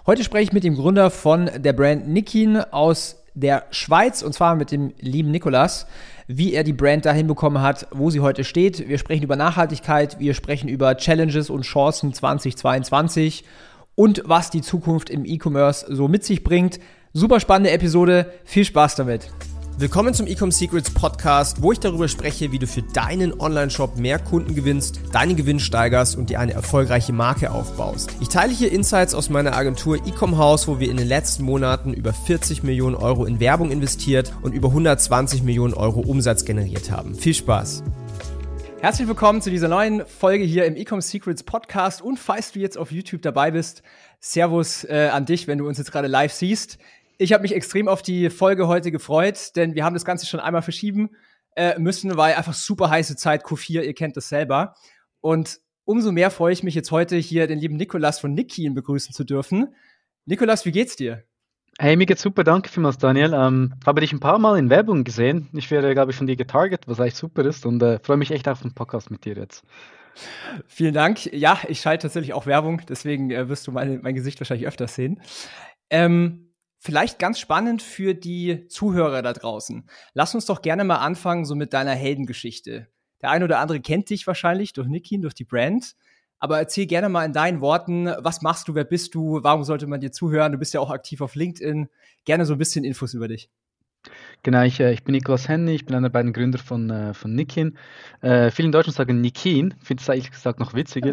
Heute spreche ich mit dem Gründer von der Brand Nikin aus der Schweiz, und zwar mit dem lieben Nicolas, wie er die Brand dahin bekommen hat, wo sie heute steht. Wir sprechen über Nachhaltigkeit, wir sprechen über Challenges und Chancen 2022 und was die Zukunft im E-Commerce so mit sich bringt. Super spannende Episode, viel Spaß damit. Willkommen zum Ecom Secrets Podcast, wo ich darüber spreche, wie du für deinen Online-Shop mehr Kunden gewinnst, deinen Gewinn steigerst und dir eine erfolgreiche Marke aufbaust. Ich teile hier Insights aus meiner Agentur Ecom House, wo wir in den letzten Monaten über 40 Millionen Euro in Werbung investiert und über 120 Millionen Euro Umsatz generiert haben. Viel Spaß! Herzlich willkommen zu dieser neuen Folge hier im Ecom Secrets Podcast, und falls du jetzt auf YouTube dabei bist, Servus an dich, wenn du uns jetzt gerade live siehst. Ich habe mich extrem auf die Folge heute gefreut, denn wir haben das Ganze schon einmal verschieben müssen, weil einfach super heiße Zeit, Q4, ihr kennt das selber. Und umso mehr freue ich mich jetzt heute hier den lieben Nicolas von Nikin begrüßen zu dürfen. Nicolas, wie geht's dir? Hey, mir geht's super, danke vielmals, Daniel. Habe dich ein paar Mal in Werbung gesehen. Ich werde, glaube ich, von dir getargetet, was eigentlich super ist, und freue mich echt auf den Podcast mit dir jetzt. Vielen Dank. Ja, ich schalte tatsächlich auch Werbung, deswegen wirst du mein Gesicht wahrscheinlich öfter sehen. Vielleicht ganz spannend für die Zuhörer da draußen. Lass uns doch gerne mal anfangen so mit deiner Heldengeschichte. Der eine oder andere kennt dich wahrscheinlich durch Nikin, durch die Brand. Aber erzähl gerne mal in deinen Worten, was machst du, wer bist du, warum sollte man dir zuhören? Du bist ja auch aktiv auf LinkedIn. Gerne so ein bisschen Infos über dich. Genau, ich bin Nicolas Henny, ich bin einer der beiden Gründer von Nikin. Viele in Deutschland sagen Nikin, finde es ehrlich gesagt noch witziger.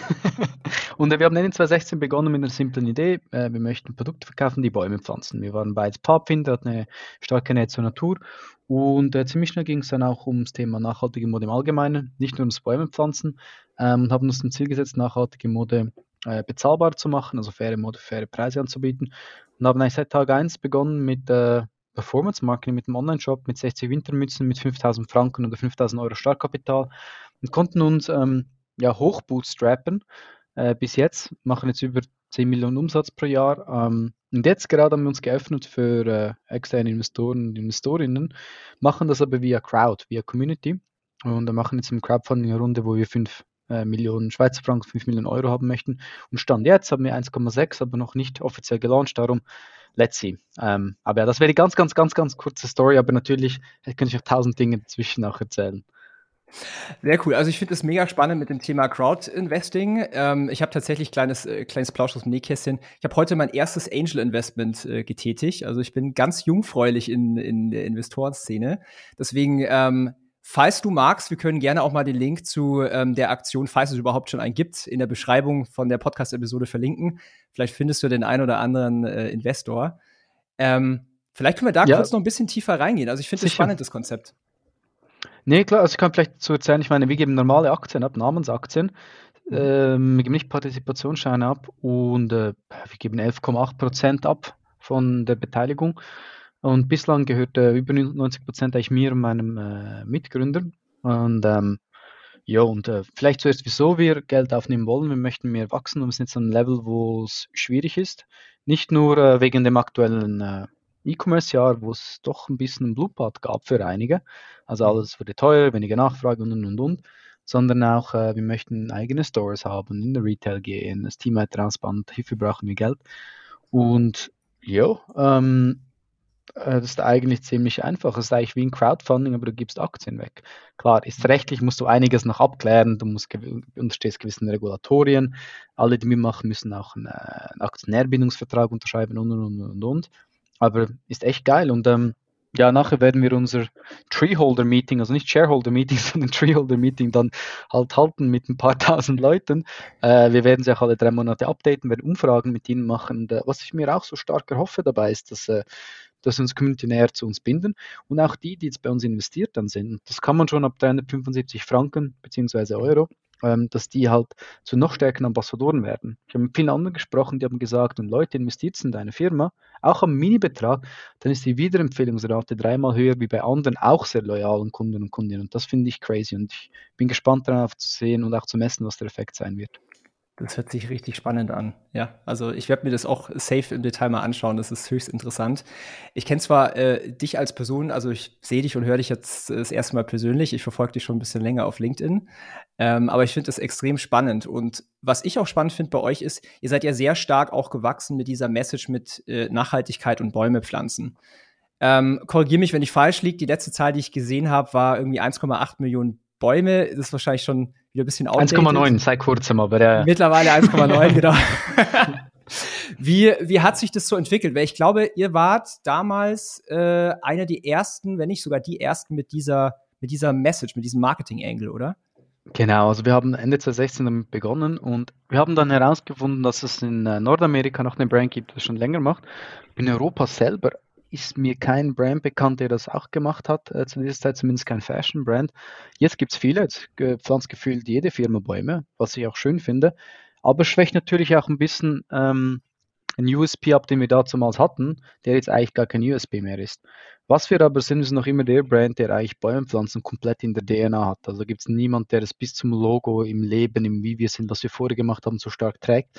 Und wir haben Ende 2016 begonnen mit einer simplen Idee. Wir möchten Produkte verkaufen, die Bäume pflanzen. Wir waren beides Pfadfinder, hatten eine starke Nähe zur Natur. Und ziemlich schnell ging es dann auch ums Thema nachhaltige Mode im Allgemeinen, nicht nur ums Bäume pflanzen. Und haben uns zum Ziel gesetzt, nachhaltige Mode bezahlbar zu machen, also faire Mode, faire Preise anzubieten. Und haben eigentlich seit Tag 1 begonnen mit Performance Marketing, mit dem Online-Shop, mit 60 Wintermützen, mit 5.000 Franken oder 5.000 Euro Startkapital, und konnten uns hoch bootstrappen. Bis jetzt, machen jetzt über 10 Millionen Umsatz pro Jahr. Und jetzt gerade haben wir uns geöffnet für externe Investoren und Investorinnen, machen das aber via Crowd, via Community, und machen jetzt im Crowdfunding eine Runde, wo wir 5 Millionen Schweizer Franken, 5 Millionen Euro haben möchten. Und Stand jetzt haben wir 1,6, aber noch nicht offiziell gelauncht, darum let's see. Aber ja, das wäre die ganz kurze Story, aber natürlich könnte ich auch 1000 Dinge dazwischen auch erzählen. Sehr cool. Also ich finde es mega spannend mit dem Thema Crowd-Investing. Ich habe tatsächlich kleines Plausch aus dem Nähkästchen. Ich habe heute mein erstes Angel-Investment getätigt. Also ich bin ganz jungfräulich in der Investorenszene. Deswegen, falls du magst, wir können gerne auch mal den Link zu der Aktion, falls es überhaupt schon einen gibt, in der Beschreibung von der Podcast-Episode verlinken. Vielleicht findest du den einen oder anderen Investor. Vielleicht können wir da kurz noch ein bisschen tiefer reingehen. Also ich finde das spannend, das Konzept. Nee, klar, also ich kann vielleicht dazu erzählen, ich meine, wir geben normale Aktien ab, Namensaktien. Wir geben nicht Partizipationsscheine ab, und wir geben 11,8% ab von der Beteiligung. Und bislang gehört über 90% eigentlich mir und meinem Mitgründer. Und vielleicht zuerst, wieso wir Geld aufnehmen wollen. Wir möchten mehr wachsen, und wir sind jetzt an einem Level, wo es schwierig ist. Nicht nur wegen dem aktuellen E-Commerce-Jahr, wo es doch ein bisschen einen Blutbad gab für einige. Also alles wurde teuer, weniger Nachfrage und. Sondern auch, wir möchten eigene Stores haben, in der Retail gehen, das Team weiter ausbauen, hierfür brauchen wir Geld. Und das ist eigentlich ziemlich einfach. Es ist eigentlich wie ein Crowdfunding, aber du gibst Aktien weg. Klar, ist rechtlich, musst du einiges noch abklären, du unterstehst gewissen Regulatorien. Alle, die mitmachen, müssen auch einen Aktionärbindungsvertrag unterschreiben und. Aber ist echt geil. Und nachher werden wir unser Treeholder-Meeting, also nicht Shareholder-Meeting, sondern Treeholder-Meeting dann halt halten mit ein paar tausend Leuten. Wir werden sie auch alle 3 Monate updaten, werden Umfragen mit ihnen machen. Und was ich mir auch so stark erhoffe dabei ist, dass uns Community näher zu uns binden, und auch die jetzt bei uns investiert dann sind. Das kann man schon ab 375 Franken bzw. Euro, dass die halt zu noch stärkeren Ambassadoren werden. Ich habe mit vielen anderen gesprochen, die haben gesagt, wenn Leute investiert in deine Firma, auch am Mini-Betrag, dann ist die Wiederempfehlungsrate 3-mal höher wie bei anderen auch sehr loyalen Kunden und Kundinnen. Und das finde ich crazy, und ich bin gespannt darauf zu sehen und auch zu messen, was der Effekt sein wird. Das hört sich richtig spannend an. Ja, also ich werde mir das auch safe im Detail mal anschauen. Das ist höchst interessant. Ich kenne zwar dich als Person, also ich sehe dich und höre dich jetzt das erste Mal persönlich. Ich verfolge dich schon ein bisschen länger auf LinkedIn. Aber ich finde das extrem spannend. Und was ich auch spannend finde bei euch ist, ihr seid ja sehr stark auch gewachsen mit dieser Message mit Nachhaltigkeit und Bäume pflanzen. Korrigiere mich, wenn ich falsch liege. Die letzte Zahl, die ich gesehen habe, war irgendwie 1,8 Millionen Bäume. Das ist wahrscheinlich schon wieder ein bisschen outdated. 1,9 seit kurzem, aber der. Mittlerweile 1,9, genau. Wie hat sich das so entwickelt? Weil ich glaube, ihr wart damals einer der ersten, wenn nicht sogar die ersten mit dieser Message, mit diesem Marketing-Angle, oder? Genau, also wir haben Ende 2016 damit begonnen und wir haben dann herausgefunden, dass es in Nordamerika noch eine Brand gibt, die das schon länger macht. In Europa selber ist mir kein Brand bekannt, der das auch gemacht hat, zu dieser Zeit zumindest kein Fashion-Brand. Jetzt gibt es viele, jetzt pflanzt gefühlt jede Firma Bäume, was ich auch schön finde, aber es schwächt natürlich auch ein bisschen ein USP ab, den wir damals hatten, der jetzt eigentlich gar kein USP mehr ist. Was wir aber sind, ist noch immer der Brand, der eigentlich Bäumenpflanzen komplett in der DNA hat. Also gibt es niemand, der das bis zum Logo, im Leben, im Wie wir sind, was wir vorher gemacht haben, so stark trägt.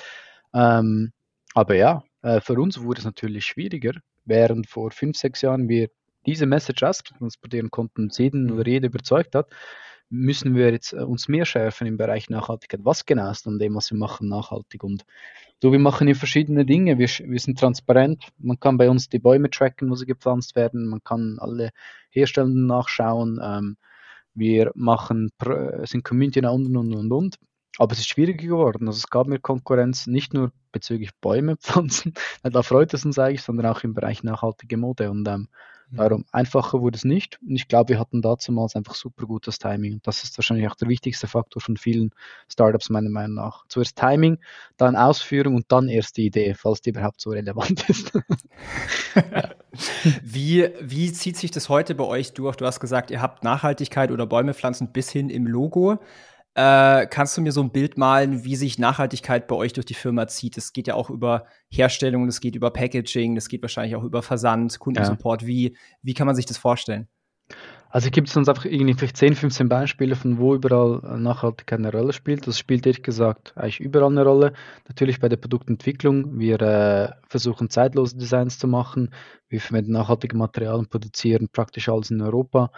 Aber ja, für uns wurde es natürlich schwieriger, während vor 5, 6 Jahren wir diese Message transportieren konnten, jeden oder jede überzeugt hat, müssen wir jetzt uns mehr schärfen im Bereich Nachhaltigkeit. Was genau ist an dem, was wir machen, nachhaltig? Und so, wir machen hier verschiedene Dinge. Wir sind transparent. Man kann bei uns die Bäume tracken, wo sie gepflanzt werden. Man kann alle Herstellenden nachschauen. Wir sind Community und. Aber es ist schwieriger geworden. Also es gab mehr Konkurrenz, nicht nur bezüglich Bäume pflanzen, da freut es uns eigentlich, sondern auch im Bereich nachhaltige Mode. Und darum einfacher wurde es nicht. Und ich glaube, wir hatten damals einfach super gutes Timing. Und das ist wahrscheinlich auch der wichtigste Faktor von vielen Startups, meiner Meinung nach. Zuerst Timing, dann Ausführung und dann erst die Idee, falls die überhaupt so relevant ist. Ja. Wie zieht sich das heute bei euch durch? Du hast gesagt, ihr habt Nachhaltigkeit oder Bäume pflanzen bis hin im Logo. Kannst du mir so ein Bild malen, wie sich Nachhaltigkeit bei euch durch die Firma zieht? Es geht ja auch über Herstellung, es geht über Packaging, das geht wahrscheinlich auch über Versand, Kundensupport. Ja. Wie kann man sich das vorstellen? Also gibt es uns einfach irgendwie vielleicht 10, 15 Beispiele, von wo überall Nachhaltigkeit eine Rolle spielt. Das spielt ehrlich gesagt eigentlich überall eine Rolle. Natürlich bei der Produktentwicklung. Wir versuchen zeitlose Designs zu machen. Wir verwenden nachhaltige Materialien, produzieren praktisch alles in Europa.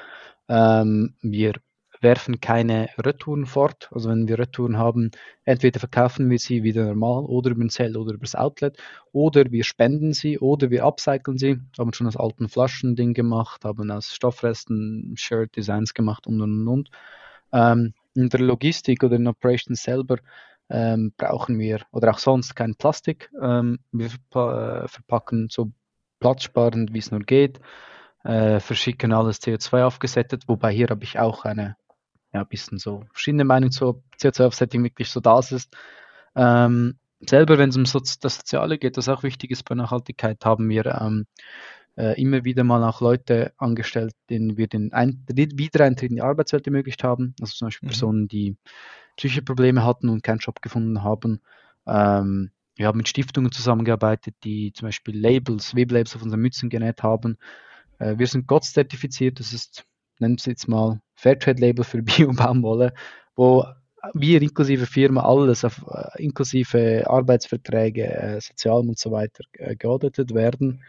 Wir werfen keine Retouren fort. Also wenn wir Retouren haben, entweder verkaufen wir sie wieder normal oder über den Sale oder über das Outlet oder wir spenden sie oder wir upcyclen sie. Haben schon aus alten Flaschen Ding gemacht, haben aus Stoffresten Shirt-Designs gemacht und. In der Logistik oder in Operations selber brauchen wir oder auch sonst kein Plastik. Wir verpacken so platzsparend, wie es nur geht. Verschicken alles CO2 aufgesettet, wobei hier habe ich auch ein bisschen so verschiedene Meinungen zu CO2-Offsetting wirklich so das ist. Selber, wenn es um das Soziale geht, das auch wichtig ist bei Nachhaltigkeit, haben wir immer wieder mal auch Leute angestellt, denen wir den Wiedereintritt in die Arbeitswelt ermöglicht haben. Also zum Beispiel Personen, die psychische Probleme hatten und keinen Job gefunden haben. Wir haben mit Stiftungen zusammengearbeitet, die zum Beispiel Weblabels auf unsere Mützen genäht haben. Wir sind GOTS zertifiziert, das ist, nennen wir es jetzt mal Fairtrade-Label für Bio-Baumwolle, wo wir inklusive Firma alles, inklusive Arbeitsverträge, Sozialem und so weiter geauditet werden.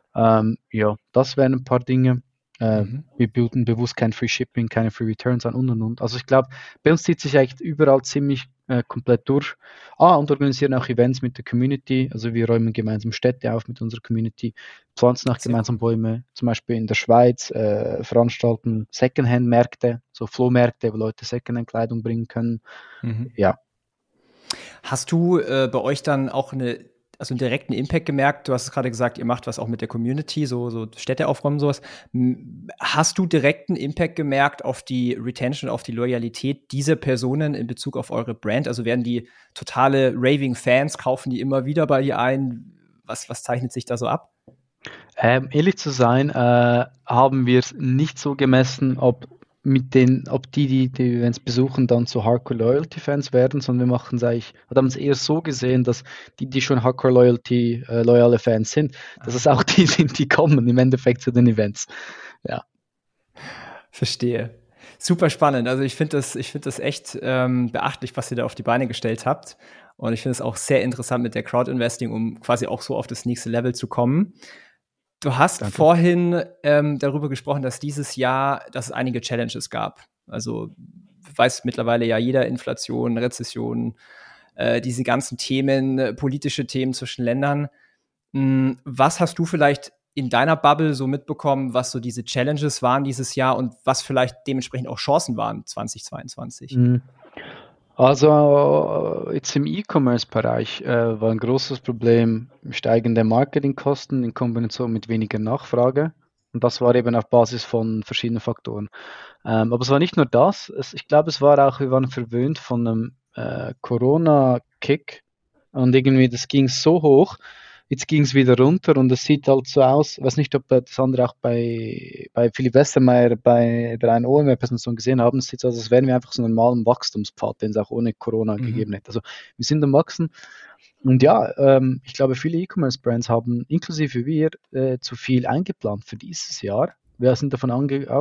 Das wären ein paar Dinge. Wir bieten bewusst kein Free Shipping, keine Free Returns an und. Also ich glaube, bei uns zieht sich eigentlich überall ziemlich komplett durch. Und organisieren auch Events mit der Community. Also wir räumen gemeinsam Städte auf mit unserer Community, pflanzen auch gemeinsam Bäume. Zum Beispiel in der Schweiz veranstalten Secondhand-Märkte, so Flohmärkte, wo Leute Secondhand-Kleidung bringen können. Ja. Hast du bei euch dann auch einen direkten Impact gemerkt? Du hast gerade gesagt, ihr macht was auch mit der Community, so Städte aufräumen, sowas. Hast du direkten Impact gemerkt auf die Retention, auf die Loyalität dieser Personen in Bezug auf eure Brand? Also werden die totale Raving-Fans, kaufen die immer wieder bei dir ein? Was zeichnet sich da so ab? Ehrlich zu sein, haben wir es nicht so gemessen, ob die Events besuchen, dann zu Hardcore-Loyalty-Fans werden, sondern wir haben es eher so gesehen, dass die schon Hardcore-Loyalty-loyale Fans sind, dass es auch die sind, die kommen im Endeffekt zu den Events. Ja. Verstehe. Super spannend. Also ich finde das echt beachtlich, was ihr da auf die Beine gestellt habt. Und ich finde es auch sehr interessant mit der Crowd-Investing, um quasi auch so auf das nächste Level zu kommen. Du hast vorhin darüber gesprochen, dass dieses Jahr, dass es einige Challenges gab. Also weiß mittlerweile ja jeder, Inflation, Rezession, diese ganzen Themen, politische Themen zwischen Ländern. Was hast du vielleicht in deiner Bubble so mitbekommen, was so diese Challenges waren dieses Jahr und was vielleicht dementsprechend auch Chancen waren 2022? Also jetzt im E-Commerce-Bereich war ein großes Problem steigende Marketingkosten in Kombination mit weniger Nachfrage. Und das war eben auf Basis von verschiedenen Faktoren. Aber es war nicht nur das. Ich glaube, es war auch, wir waren verwöhnt von einem Corona-Kick. Und irgendwie, das ging so hoch. Jetzt ging es wieder runter und es sieht halt so aus, ich weiß nicht, ob das andere auch bei Philipp Westermeier bei der einen OMR-Präsentation gesehen haben, es sieht so aus, als wären wir einfach so einen normalen Wachstumspfad, den es auch ohne Corona gegeben hätte. Also wir sind am Wachsen und ja, ich glaube, viele E-Commerce-Brands haben, inklusive wir, zu viel eingeplant für dieses Jahr. Wir sind davon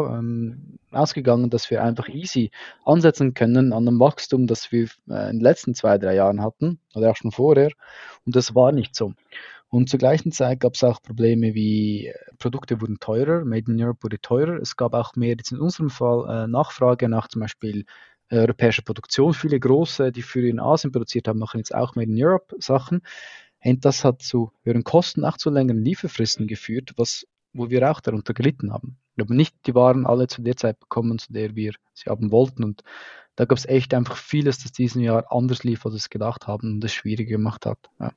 ausgegangen, dass wir einfach easy ansetzen können an einem Wachstum, das wir in den letzten 2, 3 Jahren hatten oder auch schon vorher. Und das war nicht so. Und zur gleichen Zeit gab es auch Probleme wie Produkte wurden teurer, Made in Europe wurde teurer. Es gab auch mehr, jetzt in unserem Fall, Nachfrage nach zum Beispiel europäischer Produktion. Viele große, die für in Asien produziert haben, machen jetzt auch Made in Europe Sachen. Und das hat zu höheren Kosten, auch zu längeren Lieferfristen geführt, wo wir auch darunter gelitten haben. Wir haben nicht die Waren alle zu der Zeit bekommen, zu der wir sie haben wollten. Und da gab es echt einfach vieles, das diesen Jahr anders lief, als wir es gedacht haben und das schwierig gemacht hat. Ja.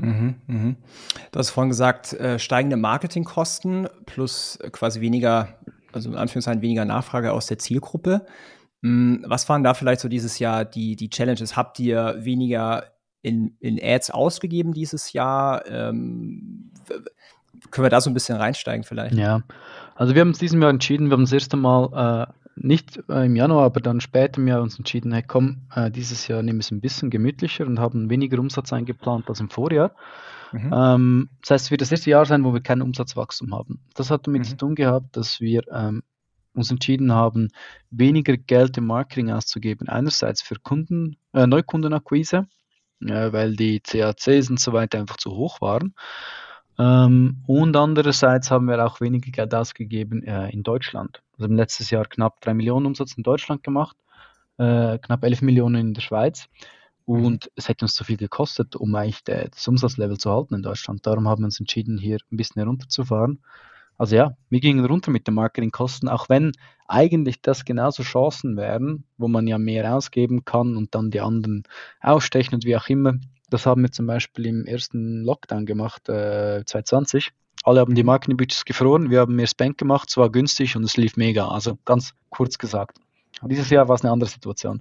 Du hast vorhin gesagt, steigende Marketingkosten plus quasi weniger, also in Anführungszeichen weniger Nachfrage aus der Zielgruppe. Was waren da vielleicht so dieses Jahr die Challenges? Habt ihr weniger in Ads ausgegeben dieses Jahr? Können wir da so ein bisschen reinsteigen vielleicht? Ja, also wir haben uns diesem Jahr entschieden, wir haben das erste Mal nicht im Januar, aber dann später im Jahr uns entschieden, hey komm, dieses Jahr nehmen wir es ein bisschen gemütlicher und haben weniger Umsatz eingeplant als im Vorjahr. Das heißt, es wird das erste Jahr sein, wo wir kein Umsatzwachstum haben. Das hat damit zu tun gehabt, dass wir uns entschieden haben, weniger Geld im Marketing auszugeben. Einerseits für Neukundenakquise, weil die CACs und so weiter einfach zu hoch waren. Und andererseits haben wir auch weniger Geld ausgegeben in Deutschland. Also im letzten Jahr knapp 3 Millionen Umsatz in Deutschland gemacht, knapp 11 Millionen in der Schweiz. Und es hätte uns zu viel gekostet, um eigentlich das Umsatzlevel zu halten in Deutschland. Darum haben wir uns entschieden, hier ein bisschen herunterzufahren. Also ja, wir gingen runter mit den Marketingkosten, auch wenn eigentlich das genauso Chancen wären, wo man ja mehr ausgeben kann und dann die anderen ausstechen und wie auch immer. Das haben wir zum Beispiel im ersten Lockdown gemacht, 2020. Alle haben die Marketingbudgets gefroren, wir haben mehr Spend gemacht, es war günstig und es lief mega. Also ganz kurz gesagt. Und dieses Jahr war es eine andere Situation.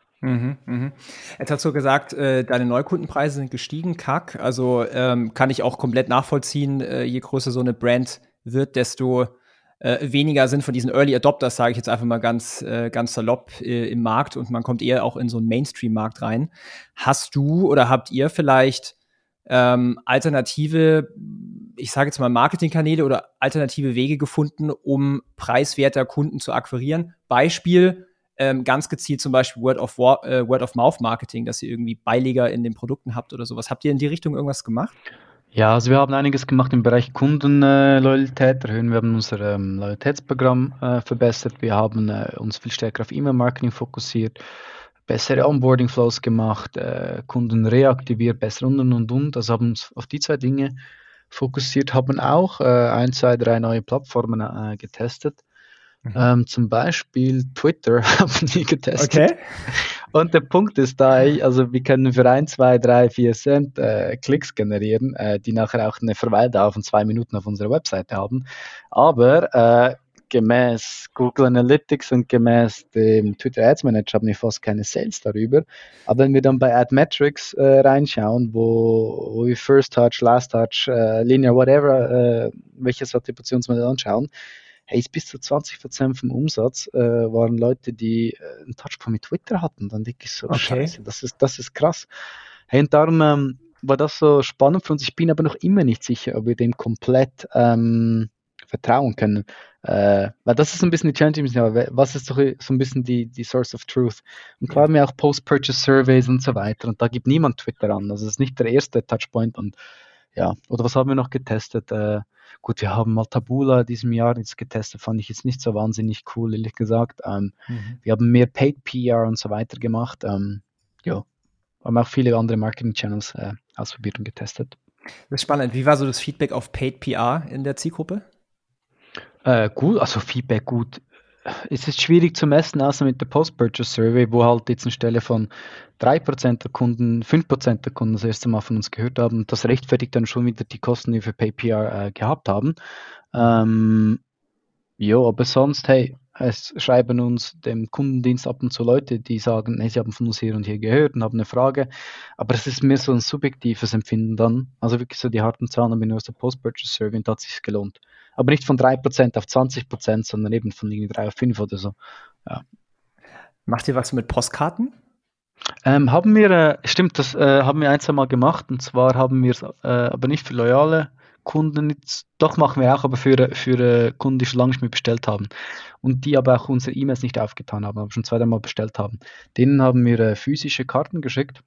Jetzt hast du gesagt, deine Neukundenpreise sind gestiegen, CAC. Also kann ich auch komplett nachvollziehen, je größer so eine Brand wird, desto weniger sind von diesen Early Adopters, sage ich jetzt einfach mal ganz salopp, im Markt und man kommt eher auch in so einen Mainstream-Markt rein. Hast du oder habt ihr vielleicht alternative, ich sage jetzt mal Marketingkanäle oder alternative Wege gefunden, um preiswerter Kunden zu akquirieren? Beispiel, ganz gezielt zum Beispiel Word-of-Mouth-Marketing, dass ihr irgendwie Beileger in den Produkten habt oder sowas. Habt ihr in die Richtung irgendwas gemacht? Ja, also wir haben einiges gemacht im Bereich Kundenloyalität erhöhen. Wir haben unser Loyalitätsprogramm verbessert. Wir haben uns viel stärker auf E-Mail-Marketing fokussiert, bessere Onboarding-Flows gemacht, Kunden reaktiviert, besser und. Also haben uns auf die 2 Dinge fokussiert, haben auch 1, 2, 3 neue Plattformen getestet. Zum Beispiel Twitter haben die getestet. Okay. Und der Punkt ist da, also wir können für 1, 2, 3, 4 Cent Klicks generieren, die nachher auch eine Verweildauer von 2 Minuten auf unserer Webseite haben. Aber gemäß Google Analytics und gemäß dem Twitter Ads Manager haben wir fast keine Sales darüber. Aber wenn wir dann bei Admetrics reinschauen, wo wir First Touch, Last Touch, Linear, whatever, welches Attributionsmodell anschauen, hey, bis zu 20% vom Umsatz waren Leute, die einen Touchpoint mit Twitter hatten. Dann denke ich so, Okay. Scheiße, das ist krass. Hey, und darum war das so spannend für uns. Ich bin aber noch immer nicht sicher, ob wir dem komplett vertrauen können. Weil das ist so ein bisschen die Challenge, aber was ist so ein bisschen die Source of Truth? Und klar haben wir auch Post-Purchase-Surveys und so weiter und da gibt niemand Twitter an. Also es ist nicht der erste Touchpoint und ja, oder was haben wir noch getestet? Gut, wir haben mal Taboola diesem Jahr jetzt getestet, fand ich jetzt nicht so wahnsinnig cool, ehrlich gesagt. Wir haben mehr Paid PR und so weiter gemacht. Ja, haben auch viele andere Marketing-Channels ausprobiert und getestet. Das ist spannend. Wie war so das Feedback auf Paid PR in der Zielgruppe? Gut, also Feedback gut. Es ist schwierig zu messen, außer mit der Post-Purchase-Survey, wo halt jetzt anstelle von 3% der Kunden 5% der Kunden das erste Mal von uns gehört haben. Das rechtfertigt dann schon wieder die Kosten, die wir für PayPR gehabt haben. Ja, aber sonst, hey, es schreiben uns dem Kundendienst ab und zu Leute, die sagen, hey, sie haben von uns hier und hier gehört und haben eine Frage. Aber es ist mehr so ein subjektives Empfinden dann. Also wirklich so die harten Zahlen haben wir nur aus der Post-Purchase-Survey und da hat es sich gelohnt. Aber nicht von 3% auf 20%, sondern eben von irgendwie 3 auf 5 oder so. Ja. Macht ihr was mit Postkarten? Haben wir, stimmt, das haben wir ein, zwei Mal gemacht. Und zwar haben wir es aber nicht für loyale Kunden jetzt, doch machen wir auch, aber für Kunden, die schon lange nicht mehr bestellt haben und die aber auch unsere E-Mails nicht aufgetan haben, aber schon 2, 3 Mal bestellt haben. Denen haben wir physische Karten geschickt.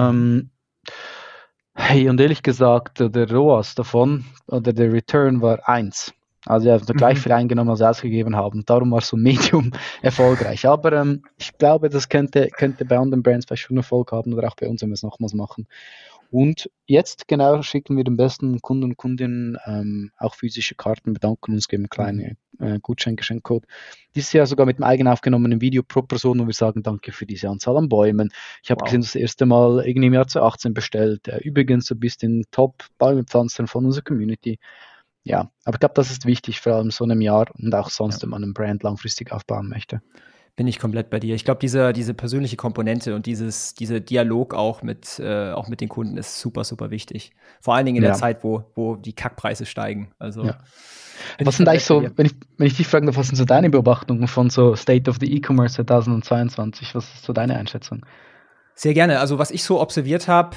Hey, und ehrlich gesagt, der ROAS davon oder der Return war 1. Also wir haben gleich viel eingenommen, als wir ausgegeben haben. Darum war es so medium erfolgreich. Aber ich glaube, das könnte bei anderen Brands vielleicht schon Erfolg haben oder auch bei uns, wenn wir es nochmals machen. Und jetzt genau schicken wir den besten Kunden und Kundinnen auch physische Karten, bedanken uns, geben einen kleinen Gutscheingeschenkcode. Dieses Jahr sogar mit einem eigen aufgenommenen Video pro Person, wo wir sagen, danke für diese Anzahl an Bäumen. Ich habe gesehen, das erste Mal irgendwie im Jahr 2018 bestellt. Übrigens, du bist den Top-Bäumepflanzern von unserer Community. Ja, aber ich glaube, das ist wichtig, vor allem so einem Jahr und auch sonst, wenn man einen Brand langfristig aufbauen möchte. Bin ich komplett bei dir. Ich glaube, diese persönliche Komponente und dieser Dialog auch mit den Kunden ist super, super wichtig. Vor allen Dingen in der Zeit, wo die Kackpreise steigen. Also, was sind eigentlich so, wenn ich dich fragen darf, was sind so deine Beobachtungen von so State of the E-Commerce 2022? Was ist so deine Einschätzung? Sehr gerne. Also was ich so observiert habe,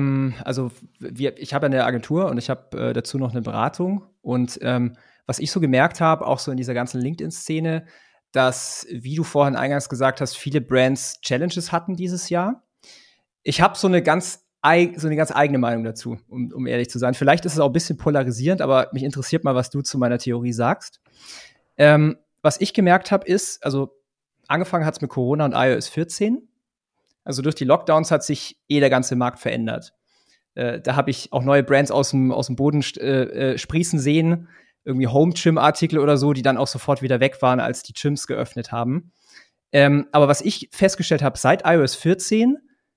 ich habe eine Agentur und ich habe dazu noch eine Beratung. Und was ich so gemerkt habe, auch so in dieser ganzen LinkedIn-Szene, dass, wie du vorhin eingangs gesagt hast, viele Brands Challenges hatten dieses Jahr. Ich habe so eine ganz eigene Meinung dazu, um ehrlich zu sein. Vielleicht ist es auch ein bisschen polarisierend, aber mich interessiert mal, was du zu meiner Theorie sagst. Was ich gemerkt habe, ist, also angefangen hat es mit Corona und iOS 14. Also durch die Lockdowns hat sich der ganze Markt verändert. Da habe ich auch neue Brands aus dem Boden sprießen sehen, irgendwie Home-Gym-Artikel oder so, die dann auch sofort wieder weg waren, als die Gyms geöffnet haben. Aber was ich festgestellt habe, seit iOS 14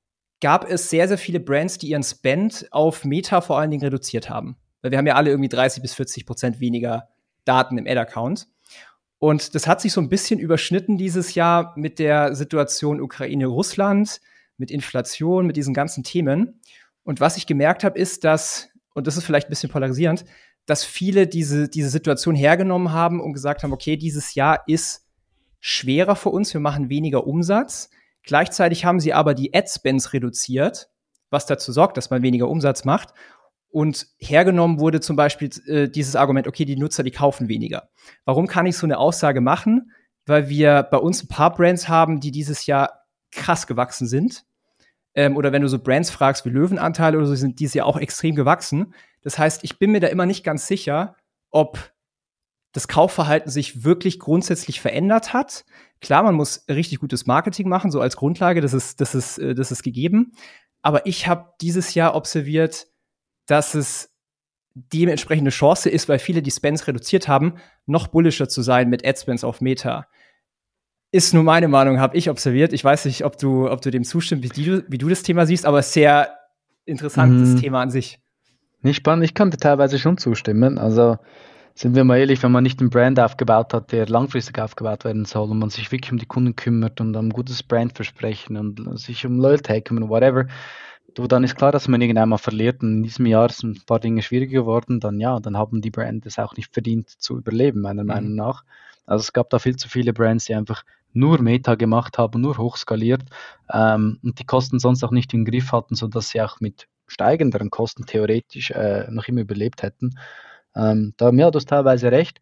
gab es sehr, sehr viele Brands, die ihren Spend auf Meta vor allen Dingen reduziert haben. Weil wir haben ja alle irgendwie 30-40% weniger Daten im Ad-Account. Und das hat sich so ein bisschen überschnitten dieses Jahr mit der Situation Ukraine-Russland, mit Inflation, mit diesen ganzen Themen. Und was ich gemerkt habe, ist, dass, und das ist vielleicht ein bisschen polarisierend, dass viele diese Situation hergenommen haben und gesagt haben, okay, dieses Jahr ist schwerer für uns, wir machen weniger Umsatz. Gleichzeitig haben sie aber die Ad-Spends reduziert, was dazu sorgt, dass man weniger Umsatz macht. Und hergenommen wurde zum Beispiel dieses Argument, okay, die Nutzer, die kaufen weniger. Warum kann ich so eine Aussage machen? Weil wir bei uns ein paar Brands haben, die dieses Jahr krass gewachsen sind. Oder wenn du so Brands fragst wie Löwenanteil oder so, sind dieses Jahr auch extrem gewachsen. Das heißt, ich bin mir da immer nicht ganz sicher, ob das Kaufverhalten sich wirklich grundsätzlich verändert hat. Klar, man muss richtig gutes Marketing machen, so als Grundlage, das ist gegeben. Aber ich habe dieses Jahr observiert, dass es dementsprechend eine Chance ist, weil viele die Spends reduziert haben, noch bullischer zu sein mit Ad-Spends auf Meta. Ist nur meine Meinung, habe ich observiert. Ich weiß nicht, ob du dem zustimmst, wie du das Thema siehst, aber sehr interessantes Thema an sich. Nicht spannend, ich kann dir teilweise schon zustimmen. Also sind wir mal ehrlich, wenn man nicht einen Brand aufgebaut hat, der langfristig aufgebaut werden soll und man sich wirklich um die Kunden kümmert und um ein gutes Brandversprechen und sich um Loyalty kümmert, whatever, dann ist klar, dass man irgendwann mal verliert. Und in diesem Jahr sind ein paar Dinge schwieriger geworden. Dann haben die Brands es auch nicht verdient zu überleben, meiner Meinung nach. Also es gab da viel zu viele Brands, die einfach nur Meta gemacht haben, nur hochskaliert und die Kosten sonst auch nicht im Griff hatten, sodass sie auch mit steigenderen Kosten theoretisch noch immer überlebt hätten. Ja, du hast teilweise recht.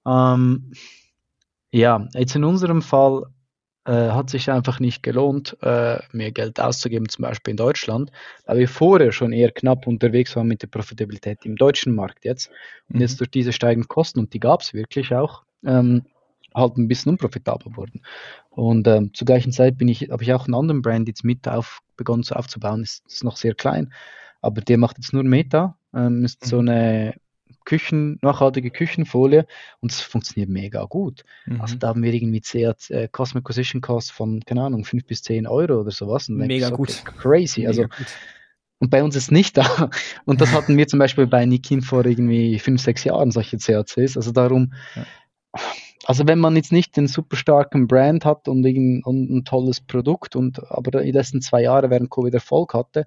Ja, jetzt in unserem Fall hat sich einfach nicht gelohnt, mehr Geld auszugeben, zum Beispiel in Deutschland, weil wir vorher schon eher knapp unterwegs waren mit der Profitabilität im deutschen Markt jetzt. Und jetzt durch diese steigenden Kosten, und die gab es wirklich auch, halt ein bisschen unprofitabel wurden. Und zur gleichen Zeit habe ich auch einen anderen Brand jetzt begonnen aufzubauen, ist noch sehr klein, aber der macht jetzt nur Meta, ist so eine nachhaltige Küchenfolie und es funktioniert mega gut. Also da haben wir irgendwie Customer Acquisition Cost von, keine Ahnung, 5 bis 10 Euro oder sowas. Und Mega so, gut. Crazy. Also, und bei uns ist nicht da. Und das hatten wir zum Beispiel bei Nikin vor irgendwie 5, 6 Jahren, solche CACs. Also darum, also wenn man jetzt nicht den super starken Brand hat und ein tolles Produkt, aber die letzten 2 Jahre während Covid Erfolg hatte,